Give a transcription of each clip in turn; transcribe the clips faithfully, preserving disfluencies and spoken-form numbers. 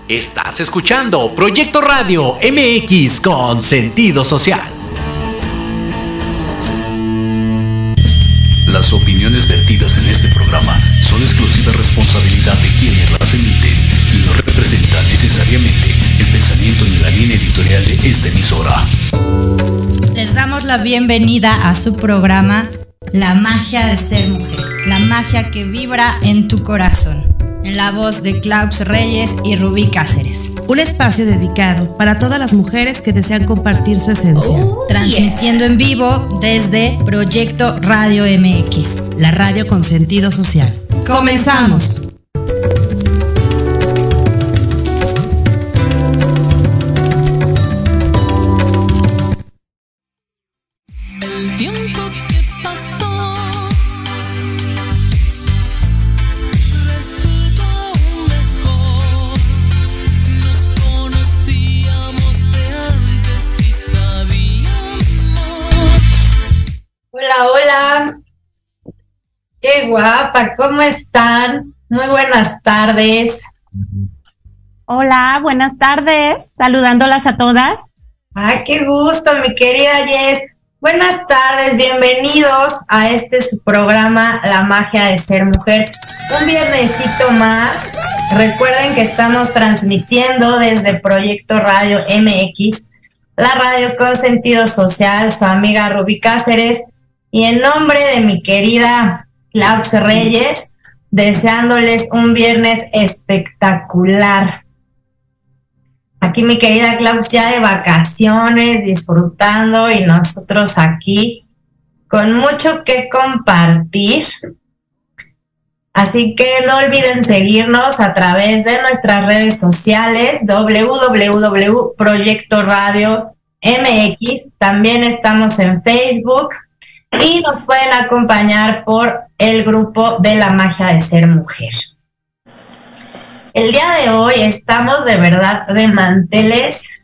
Estás escuchando Proyecto Radio M X con sentido social. Las opiniones vertidas en este programa son exclusiva responsabilidad de quienes las emiten y no representan necesariamente el pensamiento ni la línea editorial de esta emisora. Les damos la bienvenida a su programa La magia de ser mujer, la magia que vibra en tu corazón. En la voz de Klaus Reyes y Rubí Cáceres. Un espacio dedicado para todas las mujeres que desean compartir su esencia. Oh, Transmitiendo yeah. en vivo desde Proyecto Radio M X. La radio con sentido social. ¡Comenzamos! Hola, hola, qué guapa, ¿cómo están? Muy buenas tardes. Hola, buenas tardes, saludándolas a todas. Ah, qué gusto, mi querida Jess. Buenas tardes, bienvenidos a este su programa La magia de ser mujer. Un viernesito más. Recuerden que estamos transmitiendo desde Proyecto Radio M X, la radio con sentido social, su amiga Rubí Cáceres. Y en nombre de mi querida Klaus Reyes, deseándoles un viernes espectacular. Aquí mi querida Klaus ya de vacaciones, disfrutando, y nosotros aquí con mucho que compartir. Así que no olviden seguirnos a través de nuestras redes sociales, doble u doble u doble u punto proyecto radio M X. También estamos en Facebook. Y nos pueden acompañar por el grupo de La magia de ser mujer. El día de hoy estamos de verdad de manteles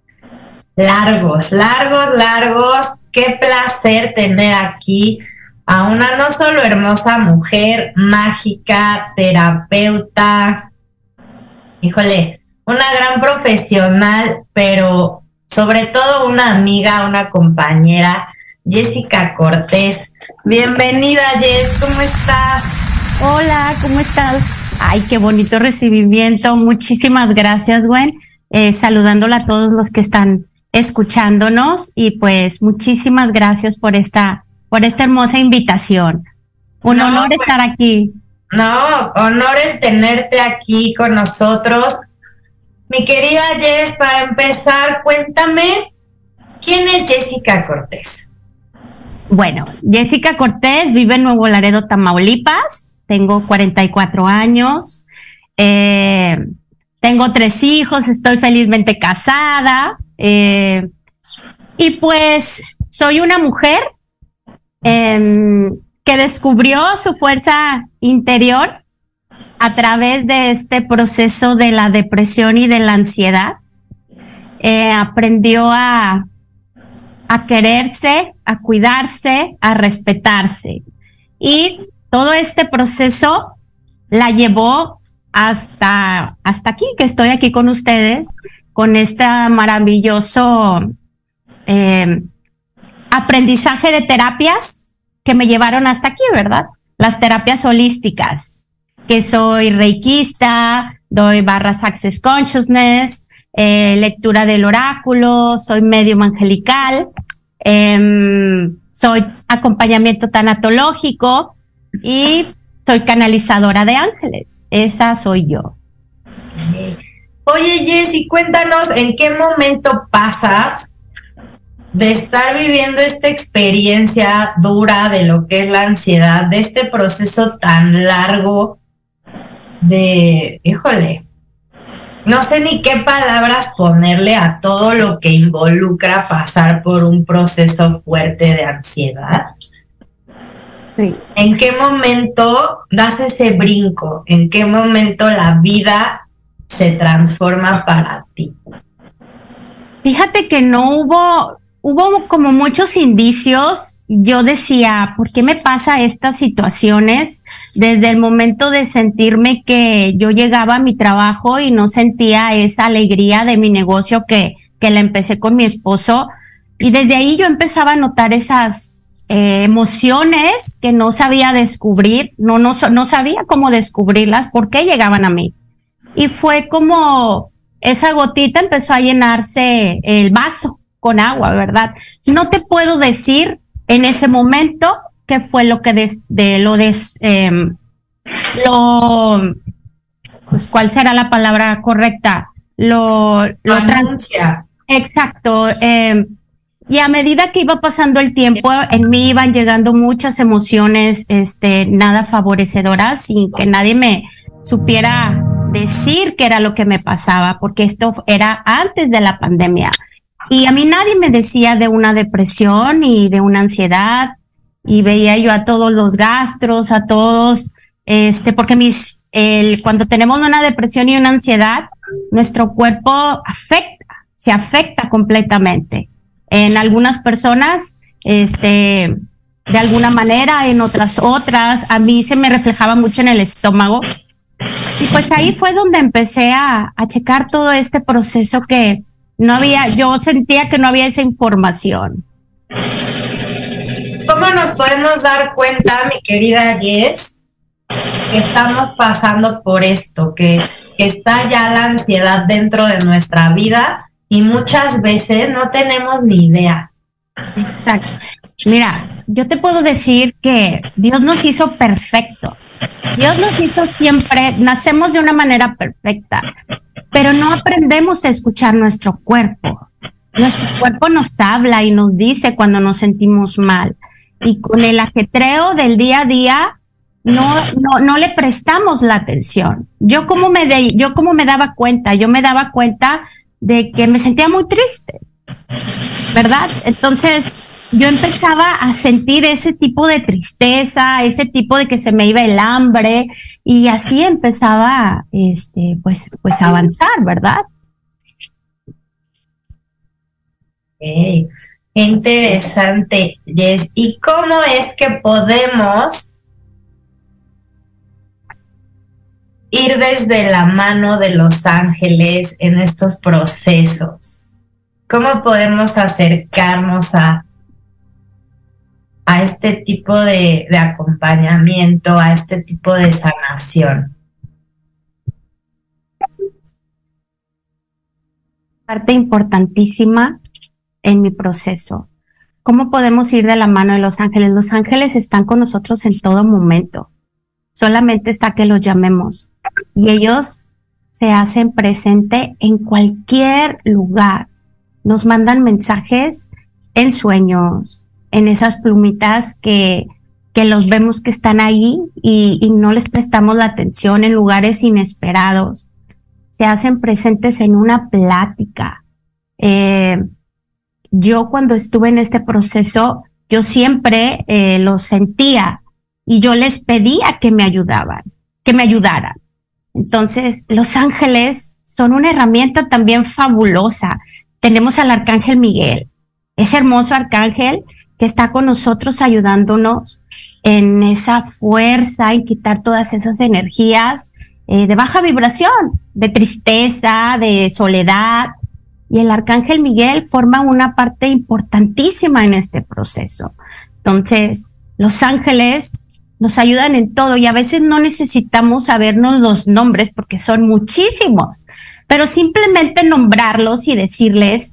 largos, largos, largos. Qué placer tener aquí a una no solo hermosa mujer, mágica, terapeuta, híjole, una gran profesional, pero sobre todo una amiga, una compañera, Jessica Cortés. Bienvenida, Jess, ¿cómo estás? Hola, ¿cómo estás? Ay, qué bonito recibimiento. Muchísimas gracias, Gwen. Eh, saludándola a todos los que están escuchándonos, y pues muchísimas gracias por esta, por esta hermosa invitación. Un no, honor pues, estar aquí. No, honor el tenerte aquí con nosotros. Mi querida Jess, para empezar, cuéntame, ¿quién es Jessica Cortés? Bueno, Jessica Cortés vive en Nuevo Laredo, Tamaulipas. Tengo cuarenta y cuatro años. Eh, tengo tres hijos. Estoy felizmente casada. Eh, y pues soy una mujer eh, que descubrió su fuerza interior a través de este proceso de la depresión y de la ansiedad. Eh, aprendió a a quererse, a cuidarse, a respetarse. Y todo este proceso la llevó hasta, hasta aquí, que estoy aquí con ustedes, con este maravilloso eh, aprendizaje de terapias que me llevaron hasta aquí, ¿verdad? Las terapias holísticas, que soy reikista, doy barras Access Consciousness, Eh, lectura del oráculo, soy medium angelical, eh, soy acompañamiento tanatológico y soy canalizadora de ángeles. Esa soy yo. Oye, Jessy, cuéntanos en qué momento pasas de estar viviendo esta experiencia dura de lo que es la ansiedad, de este proceso tan largo de, híjole, no sé ni qué palabras ponerle a todo lo que involucra pasar por un proceso fuerte de ansiedad. Sí. ¿En qué momento das ese brinco? ¿En qué momento la vida se transforma para ti? Fíjate que no hubo, hubo como muchos indicios yo decía, ¿por qué me pasa estas situaciones? Desde el momento de sentirme que yo llegaba a mi trabajo y no sentía esa alegría de mi negocio que, que la empecé con mi esposo. Y desde ahí yo empezaba a notar esas eh, emociones que no sabía descubrir, no, no, no sabía cómo descubrirlas, por qué llegaban a mí. Y fue como esa gotita empezó a llenarse el vaso con agua, ¿verdad? No te puedo decir en ese momento qué fue lo que des, de lo des, eh, lo, pues cuál será la palabra correcta, lo, lo anuncia. Exacto. Eh, y a medida que iba pasando el tiempo, en mí iban llegando muchas emociones, este, nada favorecedoras, sin que nadie me supiera decir qué era lo que me pasaba, porque esto era antes de la pandemia. Y a mí nadie me decía de una depresión y de una ansiedad, y veía yo a todos los gastros, a todos, este, porque mis, el, cuando tenemos una depresión y una ansiedad, nuestro cuerpo afecta, se afecta completamente. En algunas personas, este, de alguna manera, en otras otras, a mí se me reflejaba mucho en el estómago. Y pues ahí fue donde empecé a, a checar todo este proceso que no había, yo sentía que no había esa información. ¿Cómo nos podemos dar cuenta, mi querida Jess, que estamos pasando por esto, que, que está ya la ansiedad dentro de nuestra vida y muchas veces no tenemos ni idea? Exacto. Mira, yo te puedo decir que Dios nos hizo perfectos. Dios nos hizo siempre, nacemos de una manera perfecta, pero no aprendemos a escuchar nuestro cuerpo. Nuestro cuerpo nos habla y nos dice cuando nos sentimos mal. Y con el ajetreo del día a día, no, no, no le prestamos la atención. Yo como me de, yo como me daba cuenta, yo me daba cuenta de que me sentía muy triste, ¿verdad? Entonces, yo empezaba a sentir ese tipo de tristeza, ese tipo de que se me iba el hambre, y así empezaba, este, pues, pues a avanzar, ¿verdad? Hey, qué interesante, Jess. ¿Y cómo es que podemos ir desde la mano de los ángeles en estos procesos? ¿Cómo podemos acercarnos a a este tipo de, de acompañamiento, a este tipo de sanación? Parte importantísima en mi proceso. ¿Cómo podemos ir de la mano de los ángeles? Los ángeles están con nosotros en todo momento. Solamente está que los llamemos. Y ellos se hacen presente en cualquier lugar. Nos mandan mensajes en sueños, en esas plumitas que, que los vemos que están ahí y, y no les prestamos la atención, en lugares inesperados. Se hacen presentes en una plática. Eh, yo cuando estuve en este proceso, yo siempre eh, los sentía y yo les pedía que me ayudaban, que me ayudaran. Entonces, los ángeles son una herramienta también fabulosa. Tenemos al Arcángel Miguel, ese hermoso arcángel que está con nosotros ayudándonos en esa fuerza, en quitar todas esas energías eh, de baja vibración, de tristeza, de soledad. Y el Arcángel Miguel forma una parte importantísima en este proceso. Entonces, los ángeles nos ayudan en todo y a veces no necesitamos sabernos los nombres porque son muchísimos, pero simplemente nombrarlos y decirles,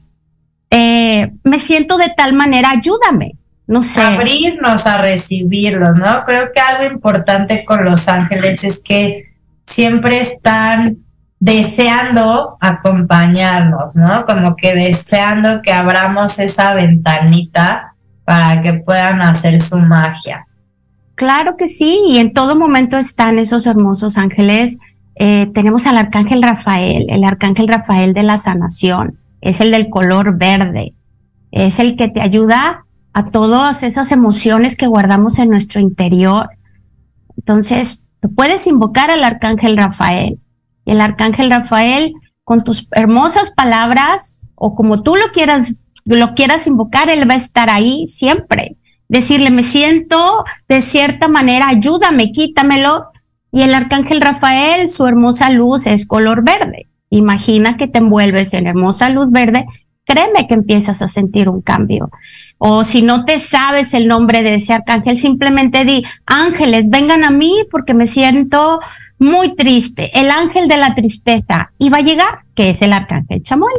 Eh, me siento de tal manera, ayúdame, no sé. Abrirnos a recibirlos, ¿no? Creo que algo importante con los ángeles es que siempre están deseando acompañarnos, ¿no? Como que deseando que abramos esa ventanita para que puedan hacer su magia. Claro que sí, y en todo momento están esos hermosos ángeles. Eh, tenemos al Arcángel Rafael, el Arcángel Rafael de la sanación. Es el del color verde, es el que te ayuda a todas esas emociones que guardamos en nuestro interior. Entonces, tú puedes invocar al Arcángel Rafael. Y el Arcángel Rafael, con tus hermosas palabras, o como tú lo quieras, lo quieras invocar, él va a estar ahí siempre. decirle, me siento de cierta manera, ayúdame, quítamelo. Y el arcángel Rafael, su hermosa luz es color verde. Imagina que te envuelves en hermosa luz verde, créeme que empiezas a sentir un cambio. O si no te sabes el nombre de ese arcángel, simplemente di, ángeles, vengan a mí porque me siento muy triste. El ángel de la tristeza. Y va a llegar, que es el arcángel Chamuel.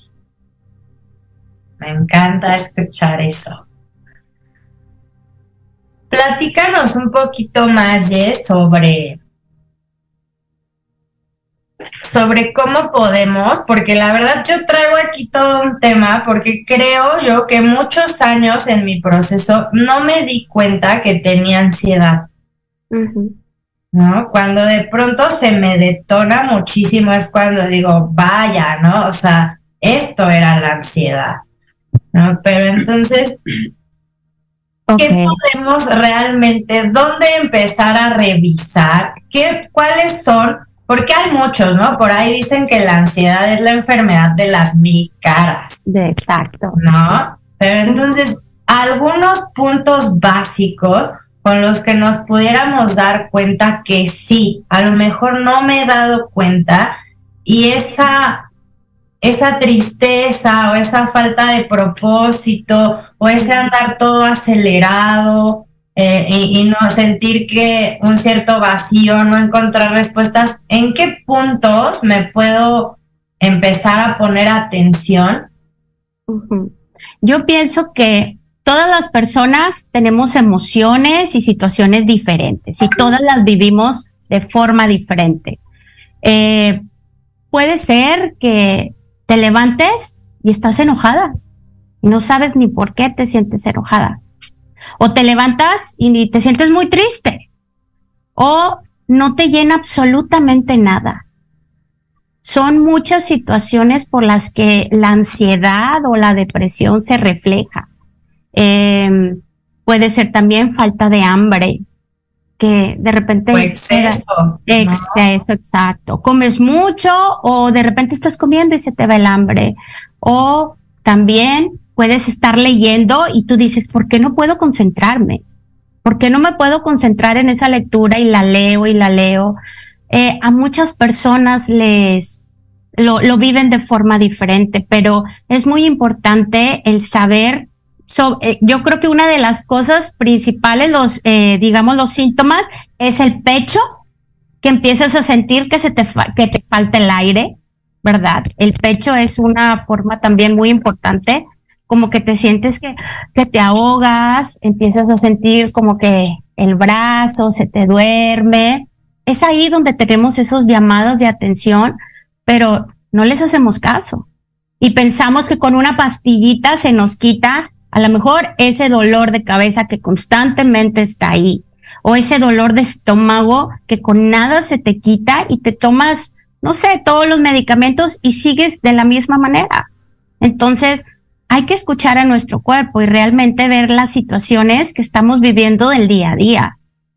Me encanta escuchar eso. Platícanos un poquito más, Jess, sobre, sobre cómo podemos, porque la verdad yo traigo aquí todo un tema, porque creo yo que muchos años en mi proceso no me di cuenta que tenía ansiedad. Uh-huh. ¿No? Cuando de pronto se me detona muchísimo es cuando digo, vaya, ¿no? O sea, esto era la ansiedad, ¿no? Pero entonces... Okay. ¿Qué podemos realmente, dónde empezar a revisar? ¿Qué, cuáles son? Porque hay muchos, ¿no? Por ahí dicen que la ansiedad es la enfermedad de las mil caras. Exacto. ¿No? Pero entonces, algunos puntos básicos con los que nos pudiéramos dar cuenta que sí, a lo mejor no me he dado cuenta y esa... esa tristeza o esa falta de propósito o ese andar todo acelerado eh, y, y no sentir que un cierto vacío, no encontrar respuestas, ¿en qué puntos me puedo empezar a poner atención? Uh-huh. Yo pienso que todas las personas tenemos emociones y situaciones diferentes y todas las vivimos de forma diferente. Eh, puede ser que te levantes y estás enojada y no sabes ni por qué te sientes enojada. O te levantas y te sientes muy triste. O no te llena absolutamente nada. Son muchas situaciones por las que la ansiedad o la depresión se refleja. Eh, puede ser también falta de hambre, que de repente... O exceso. Exceso, ¿no? Exacto. Comes mucho o de repente estás comiendo y se te va el hambre. O también puedes estar leyendo y tú dices, ¿por qué no puedo concentrarme? ¿Por qué no me puedo concentrar en esa lectura y la leo y la leo? Eh, a muchas personas les lo, lo viven de forma diferente, pero es muy importante el saber. So, eh, yo creo que una de las cosas principales, los eh, digamos los síntomas, es el pecho, que empiezas a sentir que se te fa- que te falta el aire, ¿verdad? El pecho es una forma también muy importante, como que te sientes que, que te ahogas, empiezas a sentir como que el brazo se te duerme. Es ahí donde tenemos esos llamados de atención, pero no les hacemos caso. Y pensamos que con una pastillita se nos quita a lo mejor ese dolor de cabeza que constantemente está ahí, o ese dolor de estómago que con nada se te quita y te tomas, no sé, todos los medicamentos y sigues de la misma manera. Entonces, hay que escuchar a nuestro cuerpo y realmente ver las situaciones que estamos viviendo del día a día.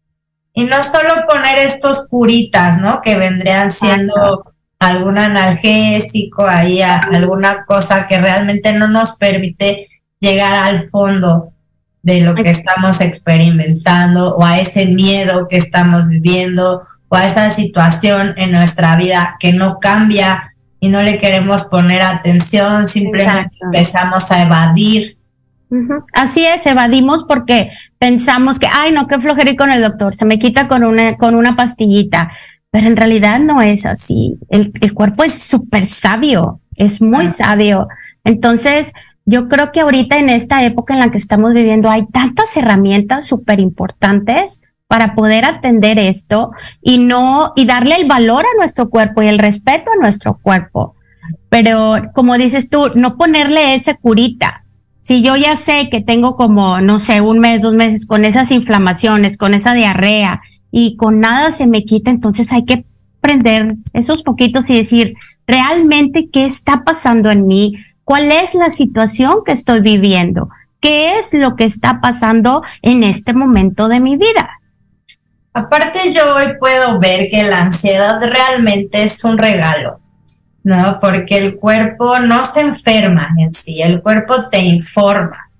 Y no solo poner estos curitas, ¿no? Que vendrían siendo Ajá. algún analgésico, ahí a, alguna cosa que realmente no nos permite llegar al fondo de lo que estamos experimentando o a ese miedo que estamos viviendo o a esa situación en nuestra vida que no cambia y no le queremos poner atención, simplemente Exacto. empezamos a evadir. Uh-huh. Así es, evadimos porque pensamos que, ay no, qué flojera ir con el doctor, se me quita con una, con una pastillita, pero en realidad no es así. El, el cuerpo es súper sabio, es muy ah. sabio. Entonces, yo creo que ahorita en esta época en la que estamos viviendo hay tantas herramientas súper importantes para poder atender esto y no, y darle el valor a nuestro cuerpo y el respeto a nuestro cuerpo. Pero como dices tú, no ponerle ese curita. Si yo ya sé que tengo como, no sé, un mes, dos meses con esas inflamaciones, con esa diarrea y con nada se me quita, entonces hay que prender esos poquitos y decir, ¿realmente qué está pasando en mí? ¿Cuál es la situación que estoy viviendo? ¿Qué es lo que está pasando en este momento de mi vida? Aparte, yo hoy puedo ver que la ansiedad realmente es un regalo, ¿no? Porque el cuerpo no se enferma en sí, el cuerpo te informa.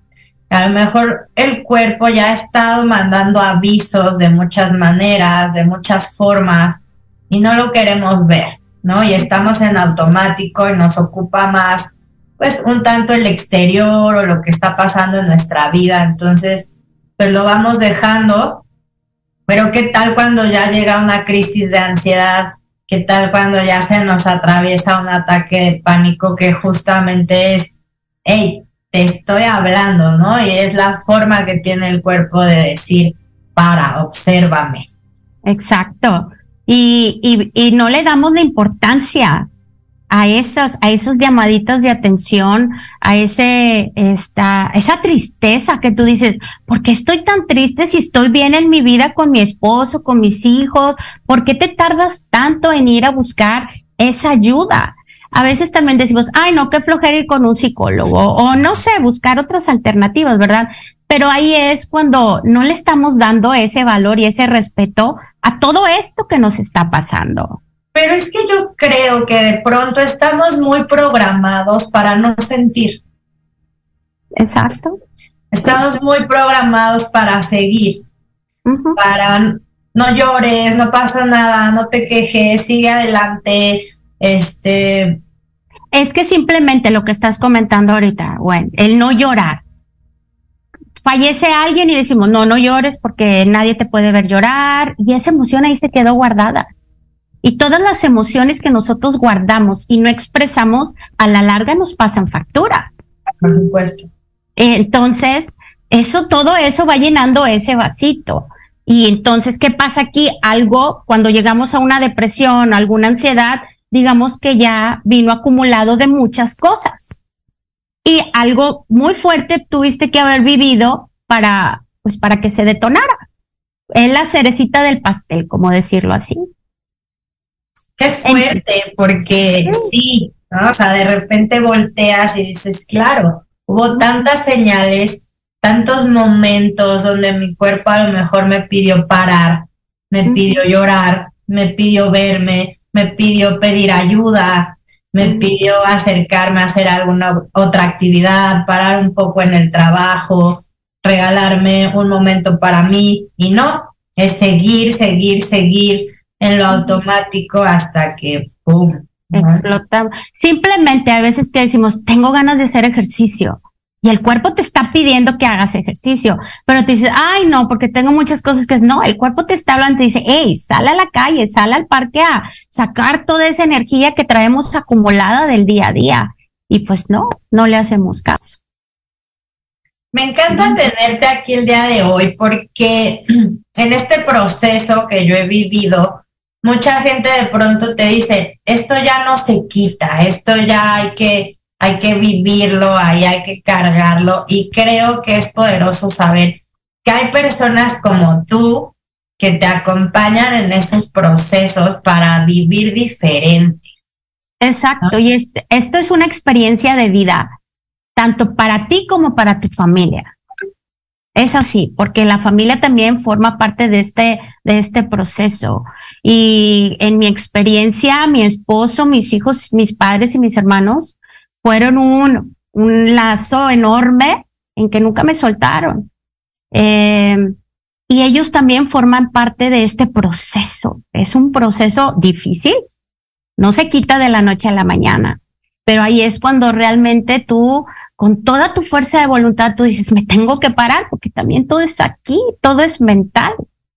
A lo mejor el cuerpo ya ha estado mandando avisos de muchas maneras, de muchas formas, y no lo queremos ver, ¿no? Y estamos en automático y nos ocupa más, pues, un tanto el exterior o lo que está pasando en nuestra vida. Entonces, pues lo vamos dejando. Pero ¿qué tal cuando ya llega una crisis de ansiedad? ¿Qué tal cuando ya se nos atraviesa un ataque de pánico que justamente es, hey, te estoy hablando, ¿no? Y es la forma que tiene el cuerpo de decir, para, obsérvame. Exacto. Y, y, y no le damos la importancia a esas, a esas llamaditas de atención, a ese, esta, esa tristeza que tú dices, ¿por qué estoy tan triste si estoy bien en mi vida con mi esposo, con mis hijos? ¿Por qué te tardas tanto en ir a buscar esa ayuda? A veces también decimos, ay, no, qué flojera ir con un psicólogo, o no sé, buscar otras alternativas, ¿verdad? Pero ahí es cuando no le estamos dando ese valor y ese respeto a todo esto que nos está pasando. Pero es que yo creo que de pronto estamos muy programados para no sentir. Exacto. Estamos muy programados para seguir, uh-huh. para no llores, no pasa nada, no te quejes, sigue adelante, este... Es que simplemente lo que estás comentando ahorita, bueno, el no llorar. Fallece alguien y decimos, no, no llores porque nadie te puede ver llorar, y esa emoción ahí se quedó guardada. Y todas las emociones que nosotros guardamos y no expresamos, a la larga nos pasan factura. Por supuesto. Entonces, eso, todo eso va llenando ese vasito. Y entonces, ¿qué pasa aquí? Algo, cuando llegamos a una depresión, alguna ansiedad, digamos que ya vino acumulado de muchas cosas. Y algo muy fuerte tuviste que haber vivido para, pues, para que se detonara. Es la cerecita del pastel, como decirlo así. Qué fuerte, porque sí, ¿no? O sea, de repente volteas y dices, claro, hubo tantas señales, tantos momentos donde mi cuerpo a lo mejor me pidió parar, me pidió llorar, me pidió verme, me pidió pedir ayuda, me pidió acercarme a hacer alguna otra actividad, parar un poco en el trabajo, regalarme un momento para mí, y no, es seguir, seguir, seguir en lo automático hasta que ¡pum! Explotamos. Simplemente a veces que decimos, tengo ganas de hacer ejercicio, y el cuerpo te está pidiendo que hagas ejercicio, pero te dices, ay, no, porque tengo muchas cosas que... No, el cuerpo te está hablando, te dice, hey, sal a la calle, sal al parque a sacar toda esa energía que traemos acumulada del día a día. Y pues no, no le hacemos caso. Me encanta tenerte aquí el día de hoy, porque en este proceso que yo he vivido, mucha gente de pronto te dice, esto ya no se quita, esto ya hay que, hay que vivirlo, ahí hay que cargarlo, y creo que es poderoso saber que hay personas como tú que te acompañan en esos procesos para vivir diferente. Exacto, ¿no? Y este, esto es una experiencia de vida, tanto para ti como para tu familia. Es así, porque la familia también forma parte de este, de este proceso. Y en mi experiencia, mi esposo, mis hijos, mis padres y mis hermanos fueron un, un lazo enorme en que nunca me soltaron. Eh, y ellos también forman parte de este proceso. Es un proceso difícil, no se quita de la noche a la mañana, pero ahí es cuando realmente tú, con toda tu fuerza de voluntad, tú dices, me tengo que parar, porque también todo está aquí, todo es mental.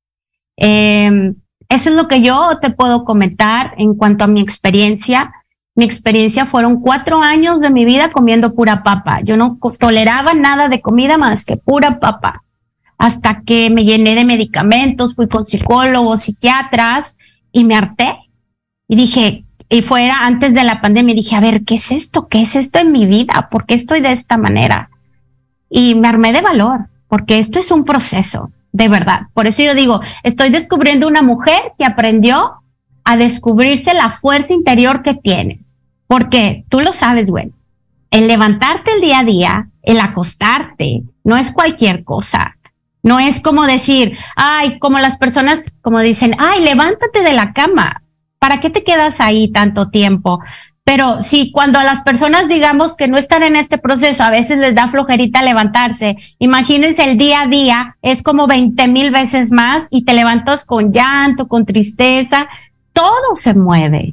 Eh, eso es lo que yo te puedo comentar en cuanto a mi experiencia. Mi experiencia fueron cuatro años de mi vida comiendo pura papa. Yo no toleraba nada de comida más que pura papa. Hasta que me llené de medicamentos, fui con psicólogos, psiquiatras, y me harté. Y dije, y fuera antes de la pandemia, dije, a ver, ¿qué es esto? ¿Qué es esto en mi vida? ¿Por qué estoy de esta manera? Y me armé de valor, porque esto es un proceso, de verdad. Por eso yo digo, estoy descubriendo una mujer que aprendió a descubrirse la fuerza interior que tiene. Porque tú lo sabes, bueno, el levantarte el día a día, el acostarte, no es cualquier cosa. No es como decir, ay, como las personas, como dicen, ay, levántate de la cama. ¿Para qué te quedas ahí tanto tiempo? Pero si cuando a las personas, digamos, que no están en este proceso, a veces les da flojerita levantarse, imagínense el día a día, es como veinte mil veces más y te levantas con llanto, con tristeza, todo se mueve.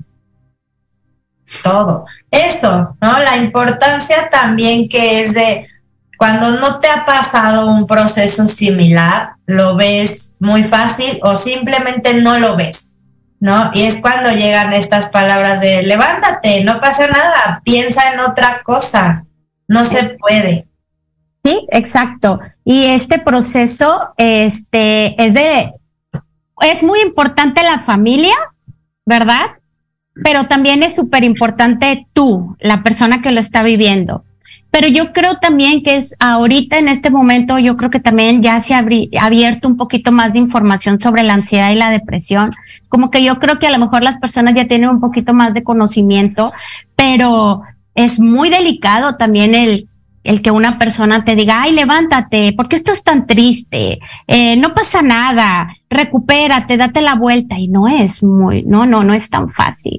Todo. Eso, ¿no? La importancia también que es de cuando no te ha pasado un proceso similar, lo ves muy fácil o simplemente no lo ves, ¿no? Y es cuando llegan estas palabras de levántate, no pasa nada, piensa en otra cosa, no se puede. Sí, exacto. Y este proceso, este, es de, es muy importante la familia, ¿verdad? Pero también es súper importante tú, la persona que lo está viviendo. Pero yo creo también que es ahorita en este momento, yo creo que también ya se ha abierto un poquito más de información sobre la ansiedad y la depresión. Como que yo creo que a lo mejor las personas ya tienen un poquito más de conocimiento, pero es muy delicado también el, el que una persona te diga, ay, levántate, ¿por qué estás tan triste? Eh, no pasa nada, recupérate, date la vuelta. Y no es muy, no, no, no es tan fácil.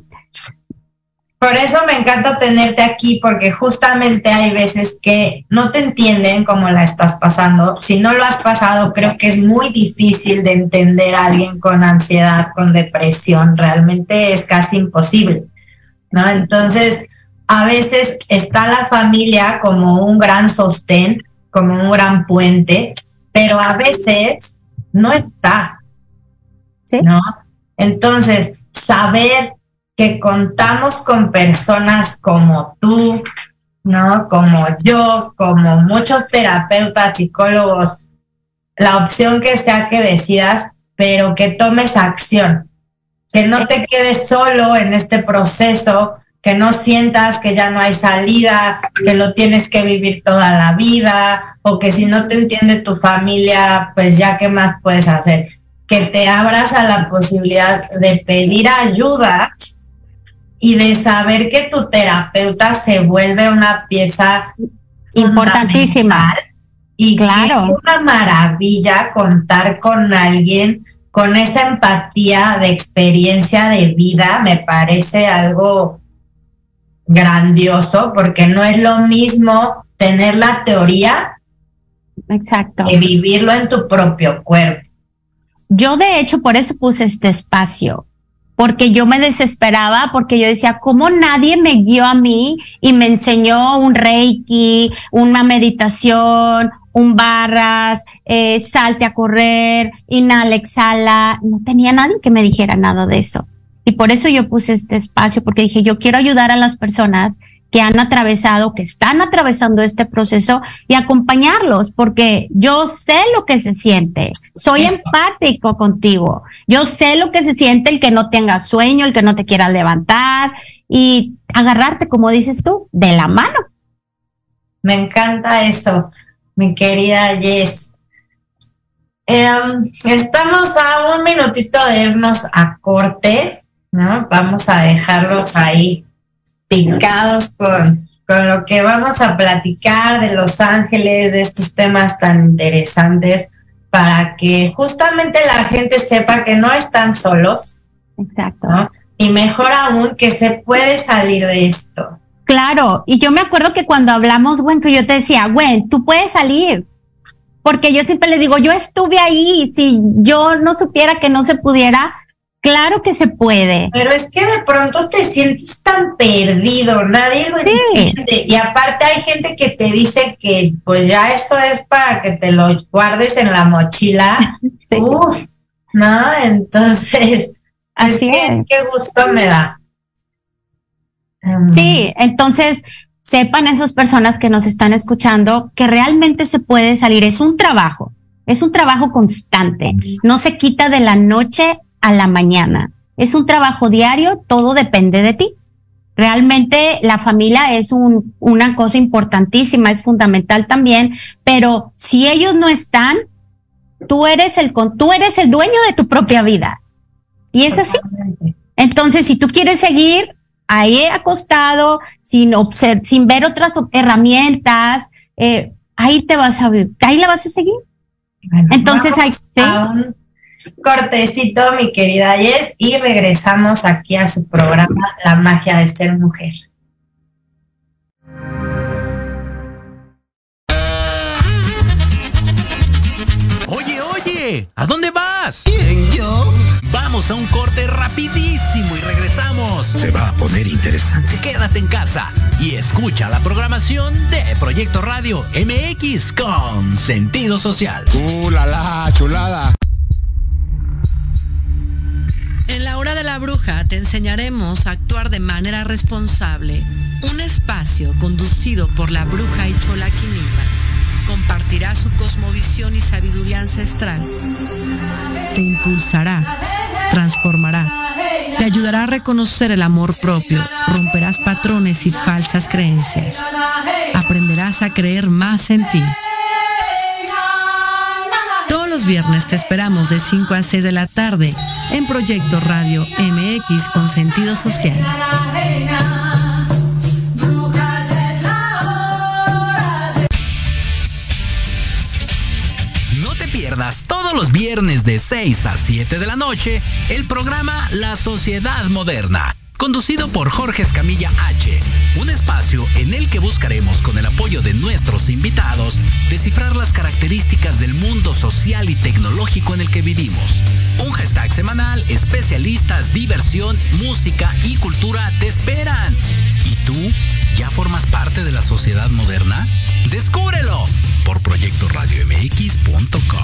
Por eso me encanta tenerte aquí, porque justamente hay veces que no te entienden cómo la estás pasando. Si no lo has pasado, creo que es muy difícil de entender a alguien con ansiedad, con depresión. Realmente es casi imposible, ¿no? Entonces, a veces está la familia como un gran sostén, como un gran puente, pero a veces no está, ¿sí? ¿No? Entonces, saber que contamos con personas como tú, ¿no? Como yo, como muchos terapeutas, psicólogos, la opción que sea que decidas, pero que tomes acción, que no te quedes solo en este proceso, que no sientas que ya no hay salida, que lo tienes que vivir toda la vida, o que si no te entiende tu familia, pues ya qué más puedes hacer, que te abras a la posibilidad de pedir ayuda y de saber que tu terapeuta se vuelve una pieza importantísima. Y claro, que es una maravilla contar con alguien con esa empatía de experiencia de vida. Me parece algo grandioso, porque no es lo mismo tener la teoría, exacto, que vivirlo en tu propio cuerpo. Yo de hecho por eso puse este espacio, porque yo me desesperaba, porque yo decía, ¿cómo nadie me guió a mí y me enseñó un reiki, una meditación, un barras, eh, salte a correr, inhala, exhala? No tenía nadie que me dijera nada de eso. Y por eso yo puse este espacio, porque dije, yo quiero ayudar a las personas que han atravesado, que están atravesando este proceso y acompañarlos, porque yo sé lo que se siente, soy Eso. empático contigo, yo sé lo que se siente el que no tenga sueño, el que no te quiera levantar y agarrarte, como dices tú, de la mano. Me encanta eso, mi querida Jess. Eh, estamos a un minutito de irnos a corte, ¿no? Vamos a dejarlos ahí picados con, con lo que vamos a platicar de Los Ángeles, de estos temas tan interesantes, para que justamente la gente sepa que no están solos. Exacto. ¿No? Y mejor aún, que se puede salir de esto. Claro, y yo me acuerdo que cuando hablamos, Gwen, que yo te decía, Gwen, tú puedes salir, porque yo siempre les digo, yo estuve ahí, si yo no supiera que no se pudiera, claro que se puede. Pero es que de pronto te sientes tan perdido, nadie lo sí. entiende. Y aparte hay gente que te dice que pues ya eso es para que te lo guardes en la mochila. Sí. Uf, ¿no? Entonces, así es. Que, qué gusto me da. Sí, entonces sepan esas personas que nos están escuchando que realmente se puede salir. Es un trabajo, es un trabajo constante. No se quita de la noche a la mañana. Es un trabajo diario, todo depende de ti. Realmente la familia es un, una cosa importantísima, es fundamental también, pero si ellos no están, tú eres el, tú eres el dueño de tu propia vida. Y es así. Entonces, si tú quieres seguir ahí acostado, sin, observ- sin ver otras herramientas, eh, ahí te vas a, ahí la vas a seguir. Bueno, entonces, ahí, ¿sí? a un cortecito, mi querida Jess, y regresamos aquí a su programa La magia de ser mujer. Oye, oye, ¿a dónde vas? ¿Quién, yo? Vamos a un corte rapidísimo y regresamos. Se va a poner interesante. Quédate en casa y escucha la programación de Proyecto Radio M X con sentido social. ¡Uh, la, la chulada! En la hora de la bruja te enseñaremos a actuar de manera responsable. Un espacio conducido por la bruja Ichola Quinipa. Compartirá su cosmovisión y sabiduría ancestral. Te impulsará, transformará, te ayudará a reconocer el amor propio, romperás patrones y falsas creencias. Aprenderás a creer más en ti. Todos los viernes te esperamos de cinco a seis de la tarde en Proyecto Radio M X con sentido social. Pierdas todos los viernes de seis a siete de la noche el programa La Sociedad Moderna, conducido por Jorge Escamilla H, un espacio en el que buscaremos, con el apoyo de nuestros invitados, descifrar las características del mundo social y tecnológico en el que vivimos. Un hashtag semanal, especialistas, diversión, música y cultura te esperan. ¿Y tú ya formas parte de la sociedad moderna? ¡Descúbrelo! Por proyecto radio m x punto com.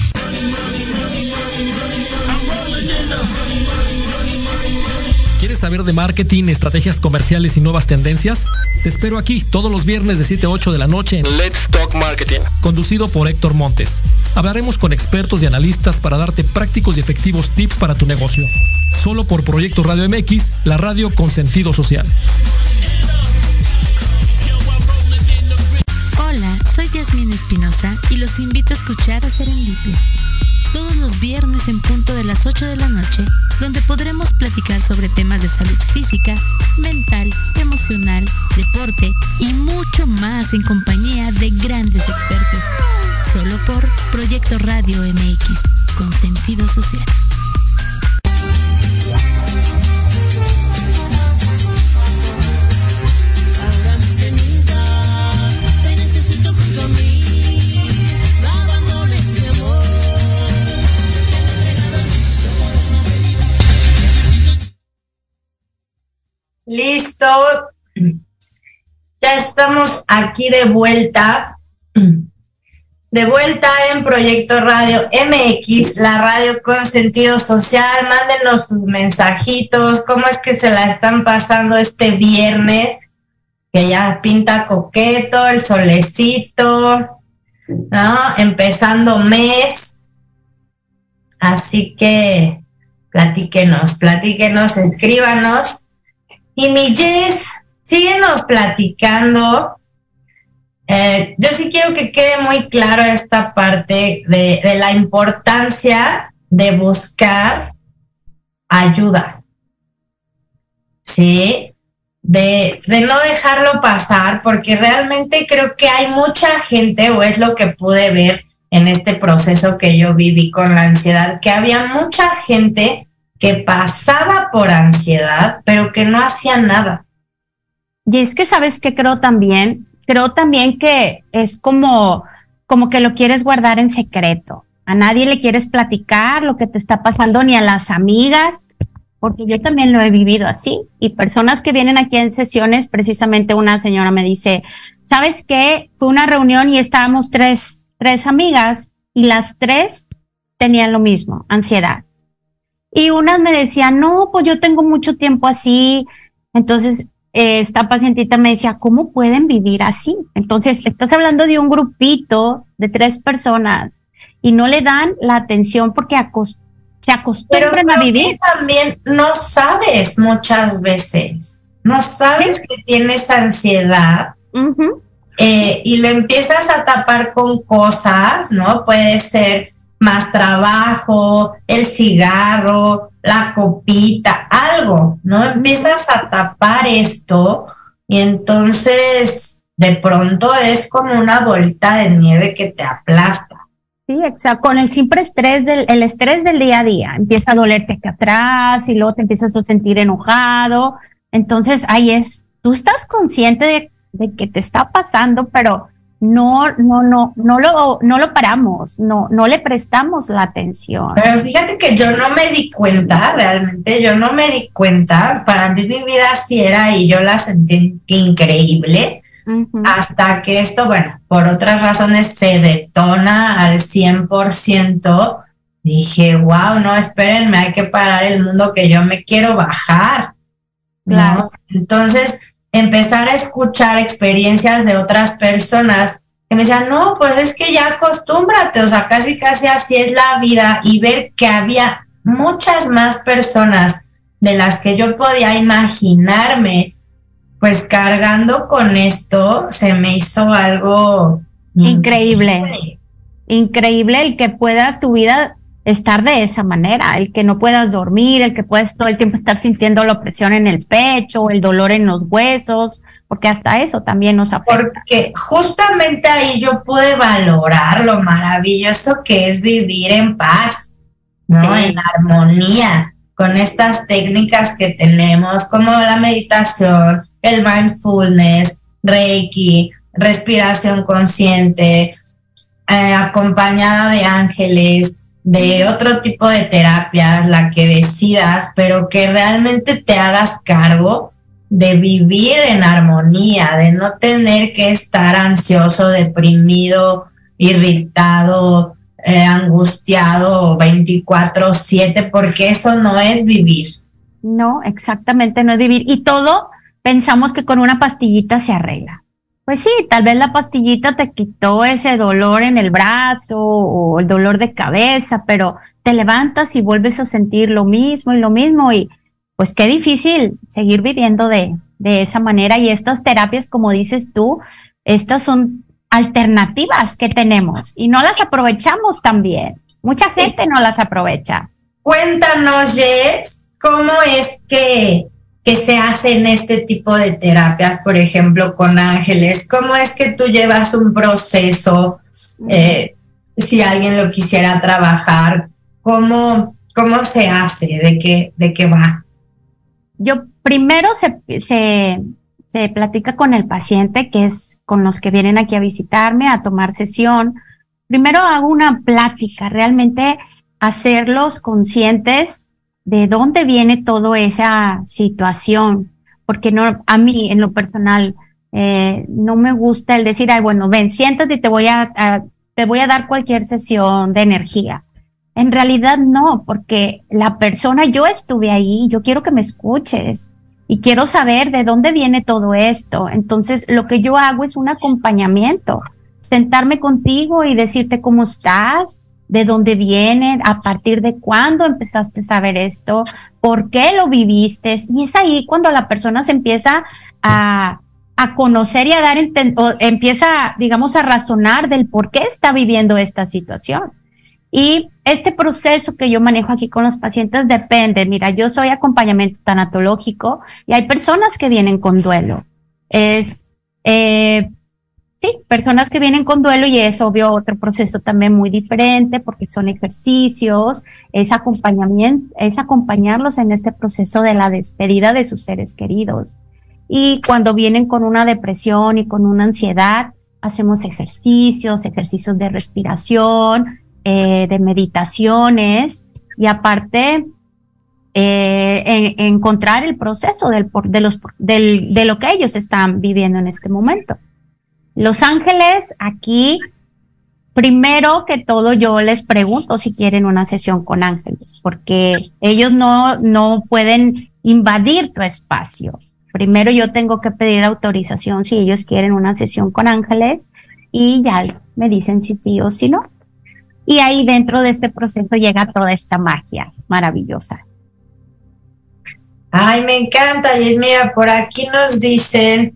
¿Quieres saber de marketing, estrategias comerciales y nuevas tendencias? Te espero aquí todos los viernes de siete a ocho de la noche en Let's Talk Marketing, conducido por Héctor Montes. Hablaremos con expertos y analistas para darte prácticos y efectivos tips para tu negocio. Solo por Proyecto Radio M X, la radio con sentido social. Hola, soy Yasmín Espinosa y los invito a escuchar a Serendipia. Todos los viernes en punto de las ocho de la noche, donde podremos platicar sobre temas de salud física, mental, emocional, deporte y mucho más en compañía de grandes expertos. Solo por Proyecto Radio M X, con sentido social. Listo, ya estamos aquí de vuelta, de vuelta en Proyecto Radio M X, la radio con sentido social. Mándenos sus mensajitos, cómo es que se la están pasando este viernes, que ya pinta coqueto, el solecito, ¿no? Empezando mes, así que platíquenos, platíquenos, escríbanos. Y mi Jess, síguenos platicando. Eh, yo sí quiero que quede muy claro esta parte de, de la importancia de buscar ayuda. ¿Sí? De, de no dejarlo pasar, porque realmente creo que hay mucha gente, o es lo que pude ver en este proceso que yo viví con la ansiedad, que había mucha gente que pasaba por ansiedad, pero que no hacía nada. Y es que, ¿sabes qué creo también? Creo también que es como, como que lo quieres guardar en secreto. A nadie le quieres platicar lo que te está pasando, ni a las amigas, porque yo también lo he vivido así. Y personas que vienen aquí en sesiones, precisamente una señora me dice, ¿sabes qué? Fue una reunión y estábamos tres, tres amigas y las tres tenían lo mismo, ansiedad. Y unas me decían, no, pues yo tengo mucho tiempo así. Entonces, eh, esta pacientita me decía, ¿cómo pueden vivir así? Entonces, estás hablando de un grupito de tres personas y no le dan la atención porque acos- se acostumbran a vivir. También no sabes muchas veces, no sabes ¿Sí? que tienes ansiedad. Uh-huh. eh, y lo empiezas a tapar con cosas, ¿no? Puede ser más trabajo, el cigarro, la copita, algo, ¿no? Empiezas a tapar esto y entonces de pronto es como una bolita de nieve que te aplasta. Sí, exacto. Con el simple estrés del, el estrés del día a día, empieza a dolerte acá atrás y luego te empiezas a sentir enojado. Entonces ahí es, tú estás consciente de, de que te está pasando, pero no, no, no, no lo, no lo paramos, no, no le prestamos la atención. Pero fíjate que yo no me di cuenta, realmente, yo no me di cuenta. Para mí mi vida así era y yo la sentí increíble. Uh-huh. Hasta que esto, bueno, por otras razones se detona al cien por ciento. Dije, wow, no, espérenme, hay que parar el mundo que yo me quiero bajar. Claro. ¿No? Entonces, empezar a escuchar experiencias de otras personas que me decían, no, pues es que ya acostúmbrate, o sea, casi casi así es la vida, y ver que había muchas más personas de las que yo podía imaginarme, pues cargando con esto, se me hizo algo increíble. Increíble, increíble el que pueda tu vida estar de esa manera, el que no puedas dormir, el que puedas todo el tiempo estar sintiendo la opresión en el pecho, el dolor en los huesos, porque hasta eso también nos afecta. Porque justamente ahí yo pude valorar lo maravilloso que es vivir en paz, ¿no? Sí. En armonía, con estas técnicas que tenemos, como la meditación, el mindfulness, Reiki, respiración consciente, eh, acompañada de ángeles, de otro tipo de terapias, la que decidas, pero que realmente te hagas cargo de vivir en armonía, de no tener que estar ansioso, deprimido, irritado, eh, angustiado veinticuatro siete, porque eso no es vivir. No, exactamente, no es vivir. Y todo pensamos que con una pastillita se arregla. Pues sí, tal vez la pastillita te quitó ese dolor en el brazo o el dolor de cabeza, pero te levantas y vuelves a sentir lo mismo y lo mismo, y pues qué difícil seguir viviendo de, de esa manera. Y estas terapias, como dices tú, estas son alternativas que tenemos y no las aprovechamos también. Mucha gente no las aprovecha. Cuéntanos, Jess, ¿cómo es que... que se hacen este tipo de terapias, por ejemplo, con ángeles? ¿Cómo es que tú llevas un proceso? Eh, si alguien lo quisiera trabajar, ¿cómo, cómo se hace? ¿De qué, de qué va? Yo primero se, se, se platica con el paciente, que es con los que vienen aquí a visitarme, a tomar sesión. Primero hago una plática, realmente hacerlos conscientes de dónde viene toda esa situación, porque no, a mí en lo personal eh, no me gusta el decir, ay, bueno, ven, siéntate y te voy a, a te voy a dar cualquier sesión de energía. En realidad no, porque la persona, yo estuve ahí, yo quiero que me escuches y quiero saber de dónde viene todo esto. Entonces, lo que yo hago es un acompañamiento, sentarme contigo y decirte cómo estás, de dónde viene, a partir de cuándo empezaste a saber esto, por qué lo viviste. Y es ahí cuando la persona se empieza a, a conocer y a dar, o empieza, digamos, a razonar del por qué está viviendo esta situación. Y este proceso que yo manejo aquí con los pacientes depende. Mira, yo soy acompañamiento tanatológico y hay personas que vienen con duelo. Es, eh, Sí, personas que vienen con duelo, y es obvio otro proceso también muy diferente porque son ejercicios, es acompañamiento, es acompañarlos en este proceso de la despedida de sus seres queridos. Y cuando vienen con una depresión y con una ansiedad, hacemos ejercicios, ejercicios de respiración, eh, de meditaciones, y aparte eh, en, encontrar el proceso del, de, los, del, de lo que ellos están viviendo en este momento. Los ángeles, aquí, primero que todo yo les pregunto si quieren una sesión con ángeles, porque ellos no, no pueden invadir tu espacio. Primero yo tengo que pedir autorización si ellos quieren una sesión con ángeles, y ya me dicen si sí o si no. Y ahí dentro de este proceso llega toda esta magia maravillosa. Ay, me encanta. Y mira, por aquí nos dicen...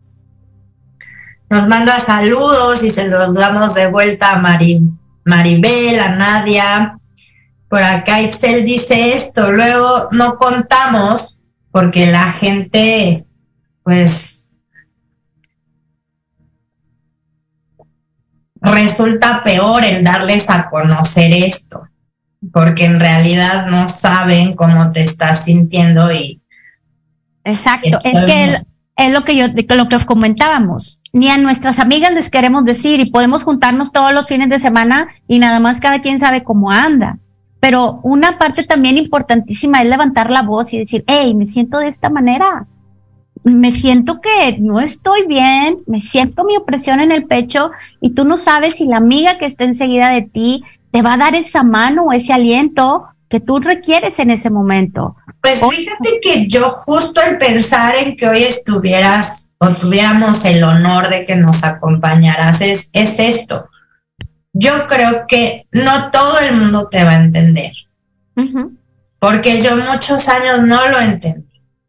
Nos manda saludos y se los damos de vuelta a Mari, Maribel, a Nadia. Por acá Itzel dice esto, luego no contamos porque la gente, pues, resulta peor el darles a conocer esto, porque en realidad no saben cómo te estás sintiendo y... Exacto, es que el, es lo que yo, lo que os comentábamos. Ni a nuestras amigas les queremos decir y podemos juntarnos todos los fines de semana y nada más cada quien sabe cómo anda. Pero una parte también importantísima es levantar la voz y decir, hey, me siento de esta manera. Me siento que no estoy bien, me siento mi opresión en el pecho y tú no sabes si la amiga que está enseguida de ti te va a dar esa mano o ese aliento que tú requieres en ese momento. Pues fíjate que yo justo el pensar en que hoy estuvieras o tuviéramos el honor de que nos acompañaras es, es esto. Yo creo que no todo el mundo te va a entender, uh-huh. porque yo muchos años no lo entendí.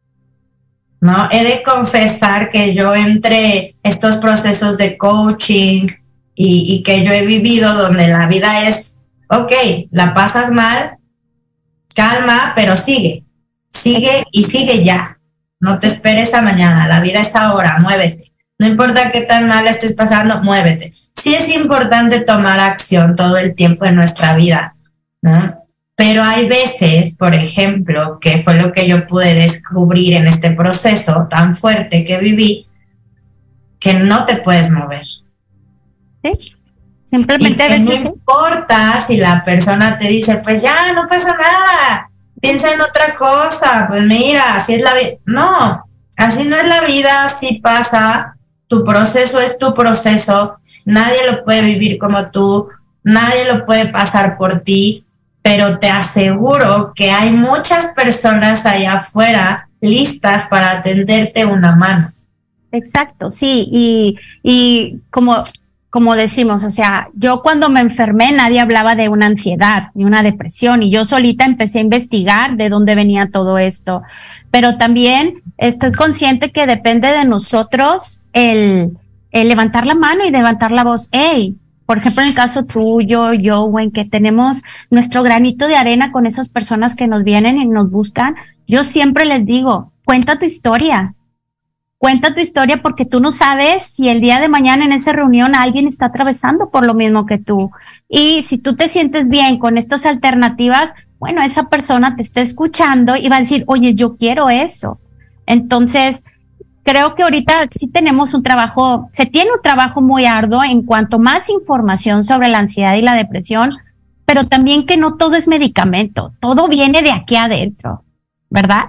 ¿No? He de confesar que yo entre estos procesos de coaching y, y que yo he vivido donde la vida es, ok, la pasas mal, calma, pero sigue, sigue y sigue ya. No te esperes a mañana, la vida es ahora, muévete. No importa qué tan mal estés pasando, muévete. Sí es importante tomar acción todo el tiempo en nuestra vida, ¿no? Pero hay veces, por ejemplo, que fue lo que yo pude descubrir en este proceso tan fuerte que viví, que no te puedes mover. Sí, simplemente y que no importa si la persona te dice, pues ya, no pasa nada, piensa en otra cosa, pues mira, así es la vida. No, así no es la vida, así pasa, tu proceso es tu proceso, nadie lo puede vivir como tú, nadie lo puede pasar por ti. Pero te aseguro que hay muchas personas allá afuera listas para tenderte una mano. Exacto, sí, y, y como, como decimos, o sea, yo cuando me enfermé nadie hablaba de una ansiedad ni una depresión y yo solita empecé a investigar de dónde venía todo esto, pero también estoy consciente que depende de nosotros el, el levantar la mano y levantar la voz. ¡Hey! Por ejemplo, en el caso tuyo, yo, en que tenemos nuestro granito de arena con esas personas que nos vienen y nos buscan, yo siempre les digo, cuenta tu historia. Cuenta tu historia porque tú no sabes si el día de mañana en esa reunión alguien está atravesando por lo mismo que tú. Y si tú te sientes bien con estas alternativas, bueno, esa persona te está escuchando y va a decir, oye, yo quiero eso. Entonces, creo que ahorita sí tenemos un trabajo, se tiene un trabajo muy arduo en cuanto más información sobre la ansiedad y la depresión, pero también que no todo es medicamento, todo viene de aquí adentro, ¿verdad?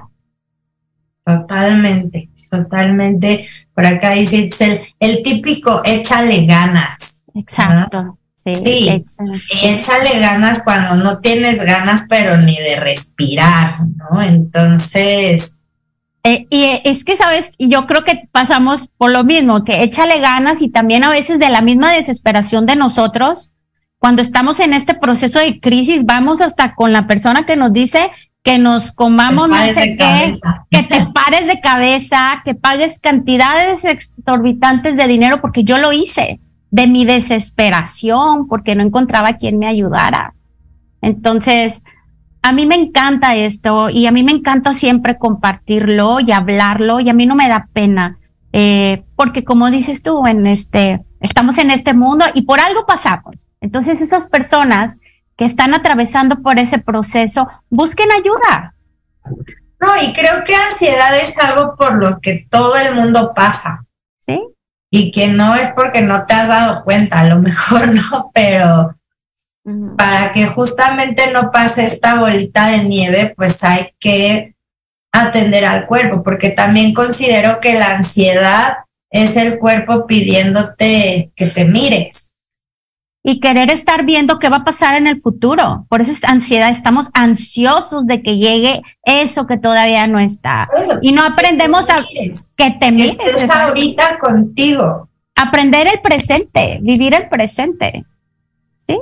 Totalmente, totalmente. Por acá dice el, el típico échale ganas. Exacto. ¿no? Sí, sí. Échale. Y échale ganas cuando no tienes ganas, pero ni de respirar, ¿no? Entonces... Eh, y es que, ¿sabes? Yo creo que pasamos por lo mismo, que échale ganas y también a veces de la misma desesperación de nosotros, cuando estamos en este proceso de crisis, vamos hasta con la persona que nos dice que nos comamos no sé qué, que te pares de cabeza, que pagues cantidades exorbitantes de dinero, porque yo lo hice, de mi desesperación, porque no encontraba quien me ayudara. Entonces... a mí me encanta esto y a mí me encanta siempre compartirlo y hablarlo y a mí no me da pena, eh, porque como dices tú, en este, estamos en este mundo y por algo pasamos. Entonces esas personas que están atravesando por ese proceso, busquen ayuda. No, y creo que ansiedad es algo por lo que todo el mundo pasa. Sí. Y que no es porque no te has dado cuenta, a lo mejor no, pero... para que justamente no pase esta bolita de nieve, pues hay que atender al cuerpo, porque también considero que la ansiedad es el cuerpo pidiéndote que te mires. Y querer estar viendo qué va a pasar en el futuro. Por eso es ansiedad, estamos ansiosos de que llegue eso que todavía no está. Eso, y no aprendemos a que te mires. Estés ahorita contigo. Aprender el presente, vivir el presente. ¿Sí?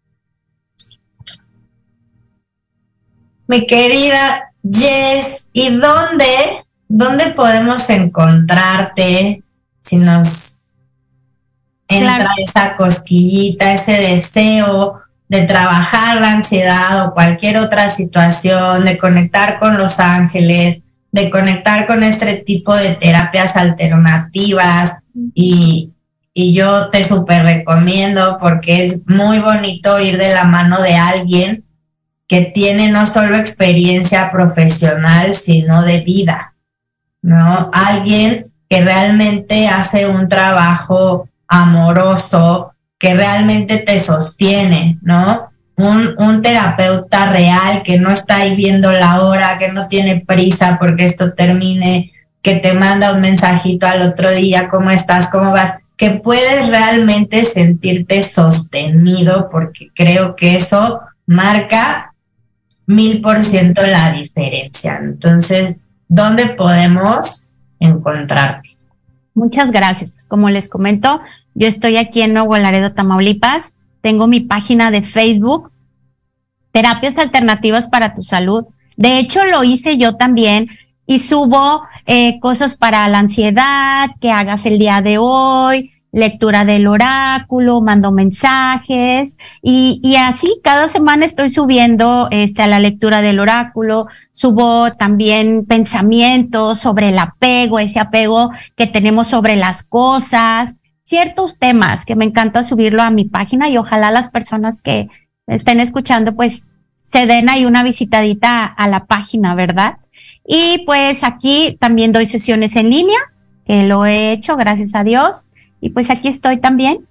Mi querida Jess, ¿y dónde, dónde podemos encontrarte si nos entra claro. esa cosquillita, ese deseo de trabajar la ansiedad o cualquier otra situación, de conectar con los ángeles, de conectar con este tipo de terapias alternativas y, y yo te súper recomiendo porque es muy bonito ir de la mano de alguien que tiene no solo experiencia profesional, sino de vida, ¿no? Alguien que realmente hace un trabajo amoroso, que realmente te sostiene, ¿no? Un, un terapeuta real que no está ahí viendo la hora, que no tiene prisa porque esto termine, que te manda un mensajito al otro día, ¿cómo estás? ¿Cómo vas? Que puedes realmente sentirte sostenido, porque creo que eso marca mil por ciento la diferencia. Entonces, ¿dónde podemos encontrarte? Muchas gracias. Como les comento, yo estoy aquí en Nuevo Laredo, Tamaulipas. Tengo mi página de Facebook, Terapias Alternativas para tu Salud. De hecho, lo hice yo también y subo eh, cosas para la ansiedad, que hagas el día de hoy, lectura del oráculo, mando mensajes y, y así cada semana estoy subiendo este, a la lectura del oráculo, subo también pensamientos sobre el apego, ese apego que tenemos sobre las cosas, ciertos temas que me encanta subirlo a mi página y ojalá las personas que estén escuchando pues se den ahí una visitadita a la página, ¿verdad? Y pues aquí también doy sesiones en línea, que lo he hecho, gracias a Dios. Y pues aquí estoy también.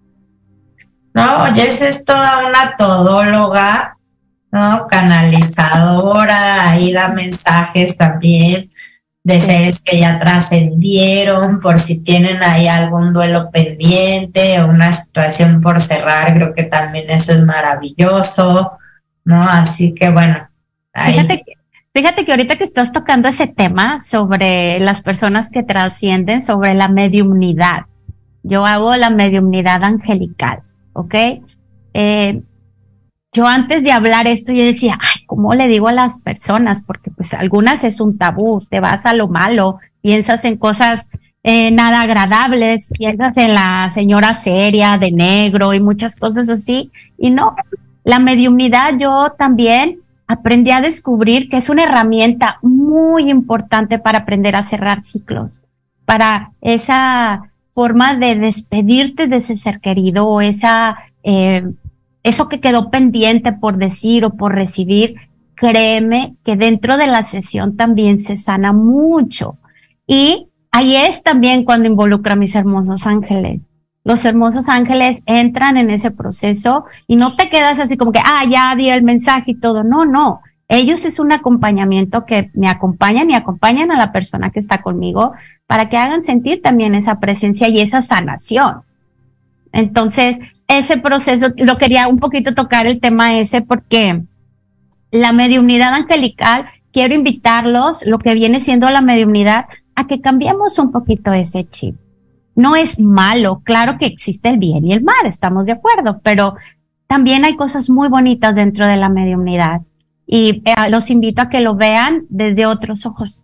No, Jess es toda una todóloga, ¿no? Canalizadora, ahí da mensajes también de seres que ya trascendieron, por si tienen ahí algún duelo pendiente o una situación por cerrar, creo que también eso es maravilloso, ¿no? Así que bueno, ahí. Fíjate que, fíjate que ahorita que estás tocando ese tema sobre las personas que trascienden, sobre la mediumnidad. Yo hago la mediumnidad angelical, ¿ok? Eh, yo antes de hablar esto, yo decía, ay, ¿cómo le digo a las personas? Porque pues algunas es un tabú, te vas a lo malo, piensas en cosas eh, nada agradables, piensas en la señora seria de negro y muchas cosas así. Y no, la mediumnidad yo también aprendí a descubrir que es una herramienta muy importante para aprender a cerrar ciclos, para esa forma de despedirte de ese ser querido o esa, eh, eso que quedó pendiente por decir o por recibir. Créeme que dentro de la sesión también se sana mucho. Y ahí es también cuando involucra a mis hermosos ángeles. Los hermosos ángeles entran en ese proceso y no te quedas así como que, ah, ya di el mensaje y todo. No, no. Ellos es un acompañamiento que me acompañan y acompañan a la persona que está conmigo para que hagan sentir también esa presencia y esa sanación. Entonces, ese proceso, lo quería un poquito tocar el tema ese porque la mediumnidad angelical, quiero invitarlos, lo que viene siendo la mediumnidad, a que cambiemos un poquito ese chip. No es malo, claro que existe el bien y el mal, estamos de acuerdo, pero también hay cosas muy bonitas dentro de la mediumnidad. Y eh, los invito a que lo vean desde otros ojos.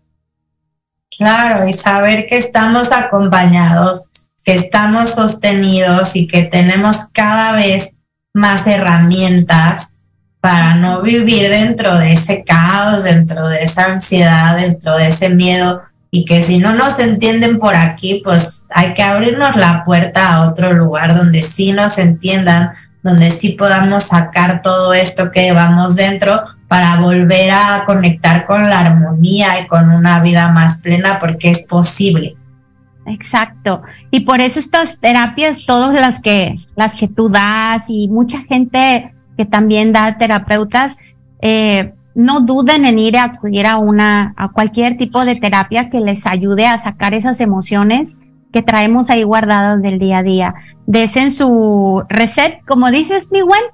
Claro, y saber que estamos acompañados, que estamos sostenidos y que tenemos cada vez más herramientas para no vivir dentro de ese caos, dentro de esa ansiedad, dentro de ese miedo, y que si no nos entienden por aquí, pues hay que abrirnos la puerta a otro lugar donde sí nos entiendan, donde sí podamos sacar todo esto que llevamos dentro para volver a conectar con la armonía y con una vida más plena, porque es posible. Exacto. Y por eso estas terapias, todas las que, las que tú das y mucha gente que también da terapeutas, eh, no duden en ir a acudir a una, a cualquier tipo de terapia que les ayude a sacar esas emociones que traemos ahí guardadas del día a día. Desen su reset, como dices, mi buen,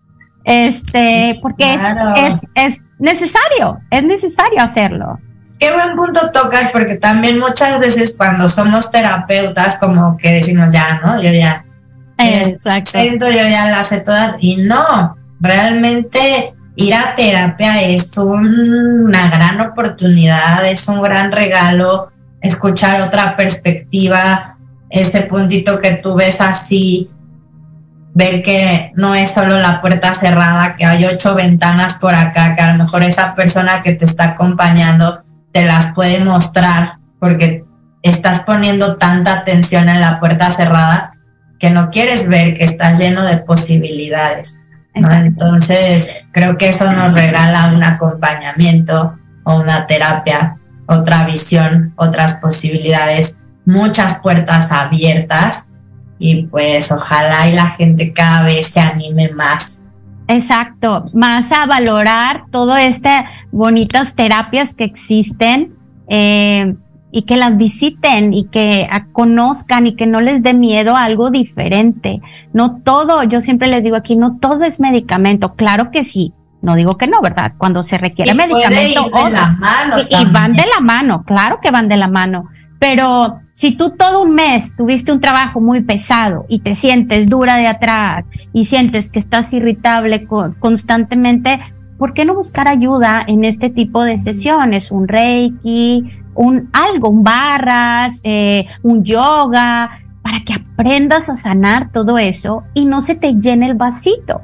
este, porque claro. es, es necesario, es necesario hacerlo. Qué buen punto tocas, porque también muchas veces cuando somos terapeutas como que decimos ya, ¿no? Yo ya, Exacto. Siento, yo ya las sé todas, y no, realmente ir a terapia es un, una gran oportunidad, es un gran regalo, escuchar otra perspectiva, ese puntito que tú ves así, ver que no es solo la puerta cerrada, que hay ocho ventanas por acá, que a lo mejor esa persona que te está acompañando te las puede mostrar porque estás poniendo tanta atención en la puerta cerrada que no quieres ver, que está lleno de posibilidades, ¿no? Entonces, creo que eso nos regala un acompañamiento o una terapia, otra visión, otras posibilidades, muchas puertas abiertas, y pues ojalá y la gente cada vez se anime más. Exacto, más a valorar todas estas bonitas terapias que existen, eh, y que las visiten y que conozcan y que no les dé miedo a algo diferente. No todo, yo siempre les digo aquí, no todo es medicamento. Claro que sí, no digo que no, ¿verdad? Cuando se requiere y medicamento, puede ir de la mano y, y van de la mano, claro que van de la mano. Pero si tú todo un mes tuviste un trabajo muy pesado y te sientes dura de atrás y sientes que estás irritable co- constantemente, ¿por qué no buscar ayuda en este tipo de sesiones? Un Reiki, un algo, un barras, eh, un yoga, para que aprendas a sanar todo eso y no se te llene el vasito.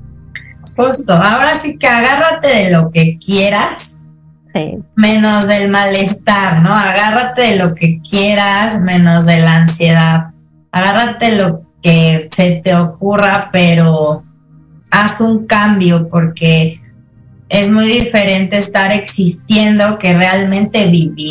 Justo, ahora sí que agárrate de lo que quieras, sí, menos del malestar, ¿no? Agárrate de lo que quieras, menos de la ansiedad. Agárrate de lo que se te ocurra, pero haz un cambio, porque es muy diferente estar existiendo que realmente vivir.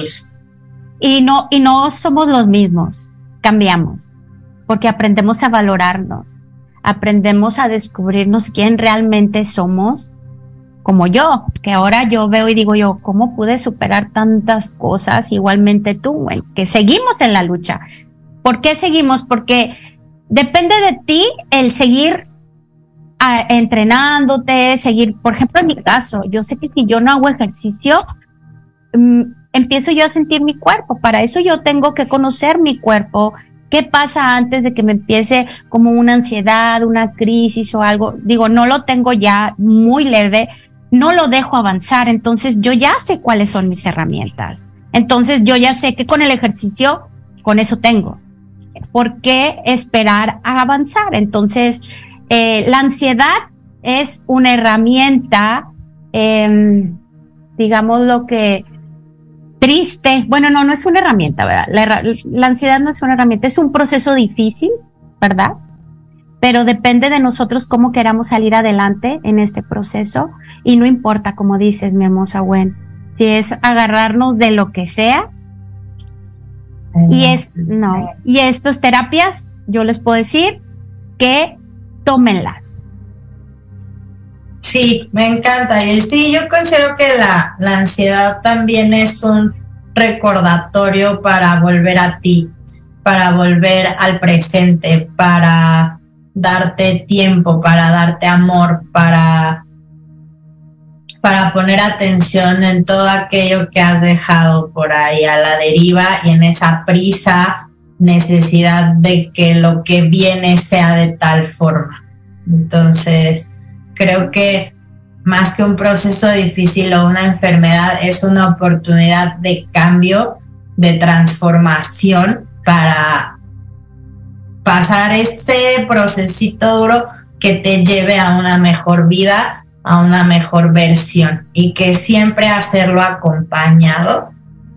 Y no, y no somos los mismos, cambiamos, porque aprendemos a valorarnos, aprendemos a descubrirnos quién realmente somos, como yo, que ahora yo veo y digo yo, ¿cómo pude superar tantas cosas? Igualmente tú, el que seguimos en la lucha. ¿Por qué seguimos? Porque depende de ti el seguir A, entrenándote, seguir, por ejemplo, en mi caso, yo sé que si yo no hago ejercicio, um, empiezo yo a sentir mi cuerpo. Para eso yo tengo que conocer mi cuerpo. ¿Qué pasa antes de que me empiece como una ansiedad, una crisis o algo? Digo, no lo tengo ya muy leve, no lo dejo avanzar, entonces yo ya sé cuáles son mis herramientas. Entonces yo ya sé que con el ejercicio, con eso tengo. ¿Por qué esperar a avanzar? Entonces, Eh, la ansiedad es una herramienta, eh, digamos lo que triste, bueno, no, no es una herramienta, ¿verdad? La, la ansiedad no es una herramienta, es un proceso difícil, ¿verdad? Pero depende de nosotros cómo queramos salir adelante en este proceso, y no importa, como dices, mi hermosa Gwen, si es agarrarnos de lo que sea, Ay, y es, no, y estas terapias, yo les puedo decir que tómenlas. Sí, me encanta. Y sí, yo considero que la, la ansiedad también es un recordatorio para volver a ti, para volver al presente, para darte tiempo, para darte amor, para, para poner atención en todo aquello que has dejado por ahí a la deriva y en esa prisa, necesidad de que lo que viene sea de tal forma. Entonces, creo que más que un proceso difícil o una enfermedad, es una oportunidad de cambio, de transformación para pasar ese procesito duro que te lleve a una mejor vida, a una mejor versión, y que siempre hacerlo acompañado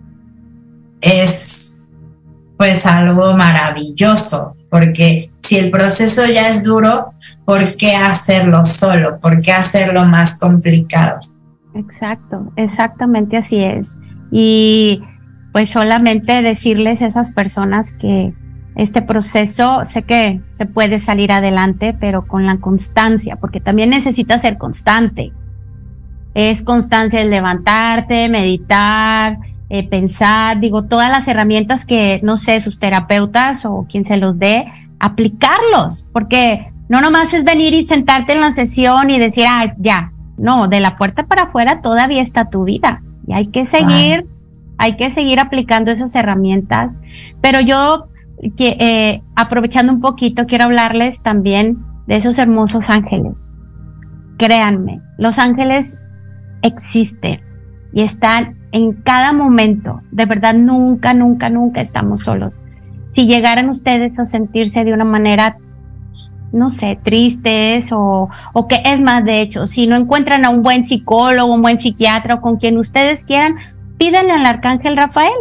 es pues algo maravilloso, porque si el proceso ya es duro, ¿por qué hacerlo solo? ¿Por qué hacerlo más complicado? Exacto, exactamente así es. Y pues solamente decirles a esas personas que este proceso, sé que se puede salir adelante, pero con la constancia, porque también necesitas ser constante. Es constancia el levantarte, meditar, eh, pensar, digo, todas las herramientas que, no sé, sus terapeutas o quien se los dé, aplicarlos, porque no nomás es venir y sentarte en la sesión y decir, ah, ya, no, de la puerta para afuera todavía está tu vida y hay que seguir, wow. hay que seguir aplicando esas herramientas. Pero yo, que, eh, aprovechando un poquito, quiero hablarles también de esos hermosos ángeles. Créanme, los ángeles existen y están en cada momento. De verdad, nunca, nunca, nunca estamos solos. Si llegaran ustedes a sentirse de una manera, no sé, tristes o, o que es más, de hecho, si no encuentran a un buen psicólogo, un buen psiquiatra o con quien ustedes quieran, pídanle al Arcángel Rafael.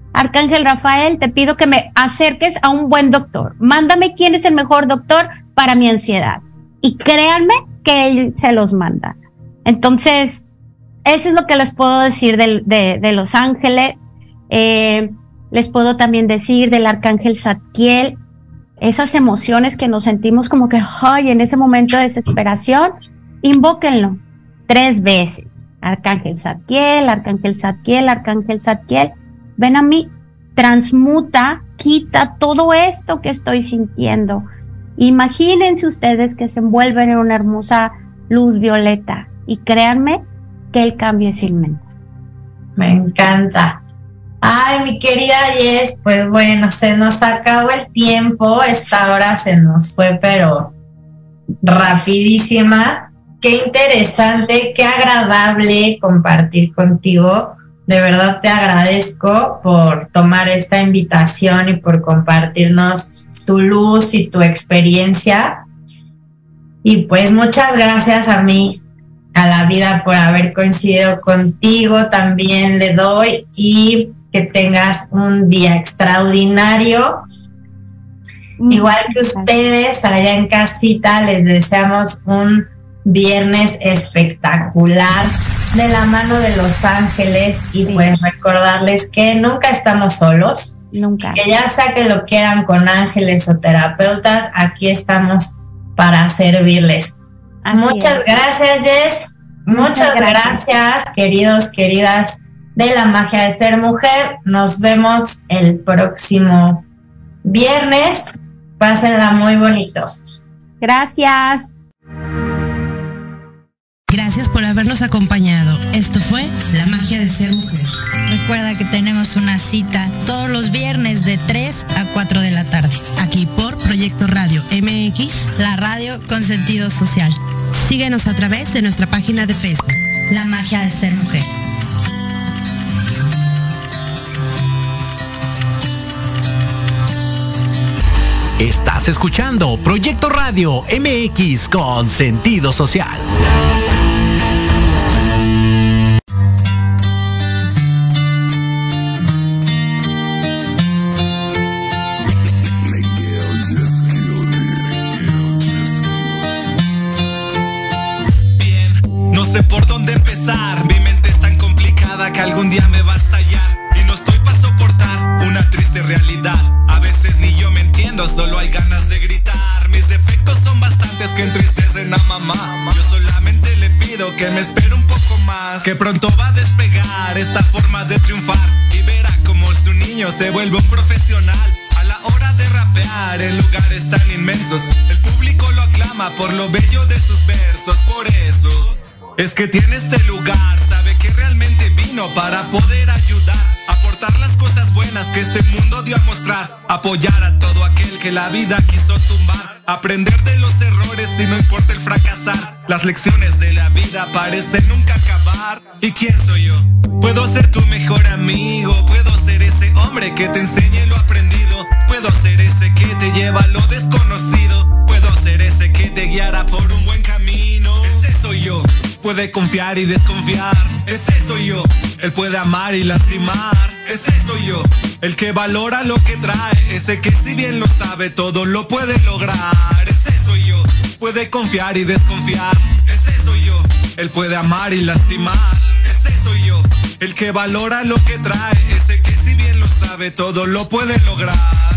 Arcángel Rafael, te pido que me acerques a un buen doctor. Mándame quién es el mejor doctor para mi ansiedad. Y créanme que él se los manda. Entonces, eso es lo que les puedo decir de, de, de los ángeles. Eh, les puedo también decir del Arcángel Zadkiel, esas emociones que nos sentimos como que, ay, en ese momento de desesperación, invóquenlo tres veces. Arcángel Zadkiel, Arcángel Zadkiel, Arcángel Zadkiel, ven a mí, transmuta, quita todo esto que estoy sintiendo. Imagínense ustedes que se envuelven en una hermosa luz violeta y créanme que el cambio es inmenso. Me encanta. Ay, mi querida Jess, pues bueno, se nos acabó el tiempo, esta hora se nos fue, pero rapidísima. Qué interesante, qué agradable compartir contigo. De verdad te agradezco por tomar esta invitación y por compartirnos tu luz y tu experiencia. Y pues muchas gracias a mí, a la vida, por haber coincidido contigo. También le doy y que tengas un día extraordinario. Muchas Igual que gracias. Ustedes allá en casita, les deseamos un viernes espectacular de la mano de los ángeles y sí. Pues recordarles que nunca estamos solos, nunca. Que ya sea que lo quieran con ángeles o terapeutas, aquí estamos para servirles. Así Muchas es. gracias, Jess. Muchas, Muchas gracias. gracias, queridos, queridas de la magia de ser mujer. Nos vemos el próximo viernes. Pásenla muy bonito. Gracias. Gracias por habernos acompañado. Esto fue La Magia de Ser Mujer. Recuerda que tenemos una cita todos los viernes de tres a cuatro de la tarde. Aquí por Proyecto Radio M X, la radio con sentido social. Síguenos a través de nuestra página de Facebook. La Magia de Ser Mujer. Estás escuchando Proyecto Radio M X con sentido social. Bien, no sé por dónde empezar. Mi mente es tan complicada que algún día me va a estallar. Y no estoy para soportar una triste realidad. A veces ni yo me entiendo, solo hay ganas de gritar. Mis defectos son bastantes que entristecen a mamá. Yo solamente le pido que me espere un poco más, que pronto va a despegar esta forma de triunfar. Y verá como su niño se vuelve un profesional. A la hora de rapear en lugares tan inmensos, el público lo aclama por lo bello de sus versos. Por eso es que tiene este lugar. Sabe que realmente vino para poder ayudar, aportar las cosas buenas que este mundo dio a mostrar, apoyar a todo aquel que la vida quiso tumbar, aprender de los errores y no importa el fracasar. Las lecciones de la vida parecen nunca acabar. ¿Y quién soy yo? Puedo ser tu mejor amigo, puedo ser ese hombre que te enseñe lo aprendido, puedo ser ese que te lleva a lo desconocido, puedo ser ese que te guiará por un buen camino. Ese soy yo. Puede confiar y desconfiar, ese soy yo. Él puede amar y lastimar, ese soy yo. El que valora lo que trae, ese que si bien lo sabe todo lo puede lograr, ese soy yo. Puede confiar y desconfiar, ese soy yo. Él puede amar y lastimar, ese soy yo. El que valora lo que trae, ese que si bien lo sabe todo lo puede lograr.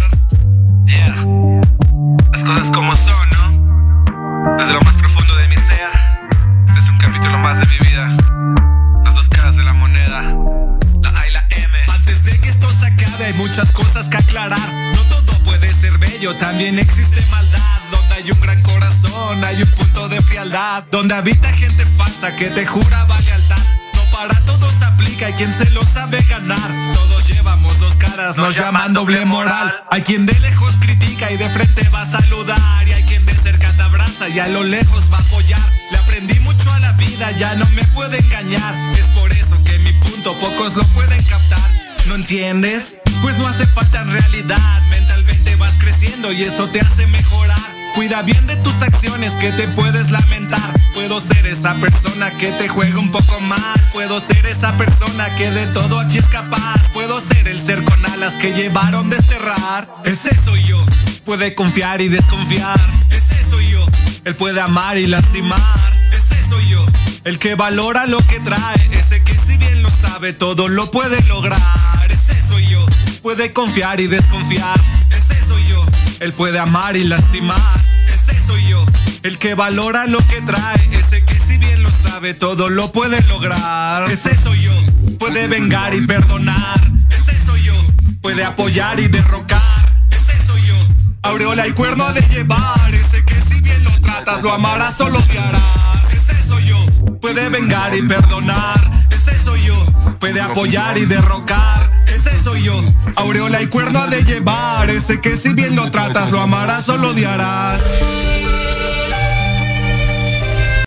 Yeah, las cosas como son, ¿no? Desde lo más profundo de mi ser, este es un capítulo más de mi vida. Las dos caras de la moneda, la A y la M. Antes de que esto se acabe hay muchas cosas que aclarar. No todo puede ser bello, también existe maldad. Donde hay un gran corazón, hay un punto de frialdad. Donde habita gente falsa que te jura lealtad. No para todos aplica, hay quien se lo sabe ganar. Todos llevamos dos caras, nos llaman doble moral. Hay quien de lejos critica y de frente va a saludar. Y hay quien de cerca te abraza y a lo lejos va a apoyar. Le aprendí mucho a la vida, ya no me puede engañar. Es por eso que mi punto pocos lo pueden captar. ¿No entiendes? Pues no hace falta en realidad. Mentalmente vas creciendo y eso te hace mejorar. Cuida bien de tus acciones que te puedes lamentar. Puedo ser esa persona que te juega un poco mal. Puedo ser esa persona que de todo aquí es capaz. Puedo ser el ser con alas que llevaron desterrar. Ese soy yo. Puede confiar y desconfiar. Ese soy yo. Él puede amar y lastimar. Ese soy yo. El que valora lo que trae. Ese que si bien lo sabe todo lo puede lograr. Ese soy yo. Puede confiar y desconfiar. Ese soy yo. Él puede amar y lastimar. Ese soy yo. El que valora lo que trae. Ese que si bien lo sabe todo lo puede lograr. Ese soy yo. Puede vengar y perdonar. Ese soy yo. Puede apoyar y derrocar. Ese soy yo. Aureola y cuerno de llevar. Ese que si bien lo tratas lo amarás o lo odiarás. Ese soy yo. Puede vengar y perdonar. Ese soy yo. Puede apoyar y derrocar. Ese soy yo. Aureola y cuerno de llevar. Ese que si bien lo tratas lo amarás o lo odiarás.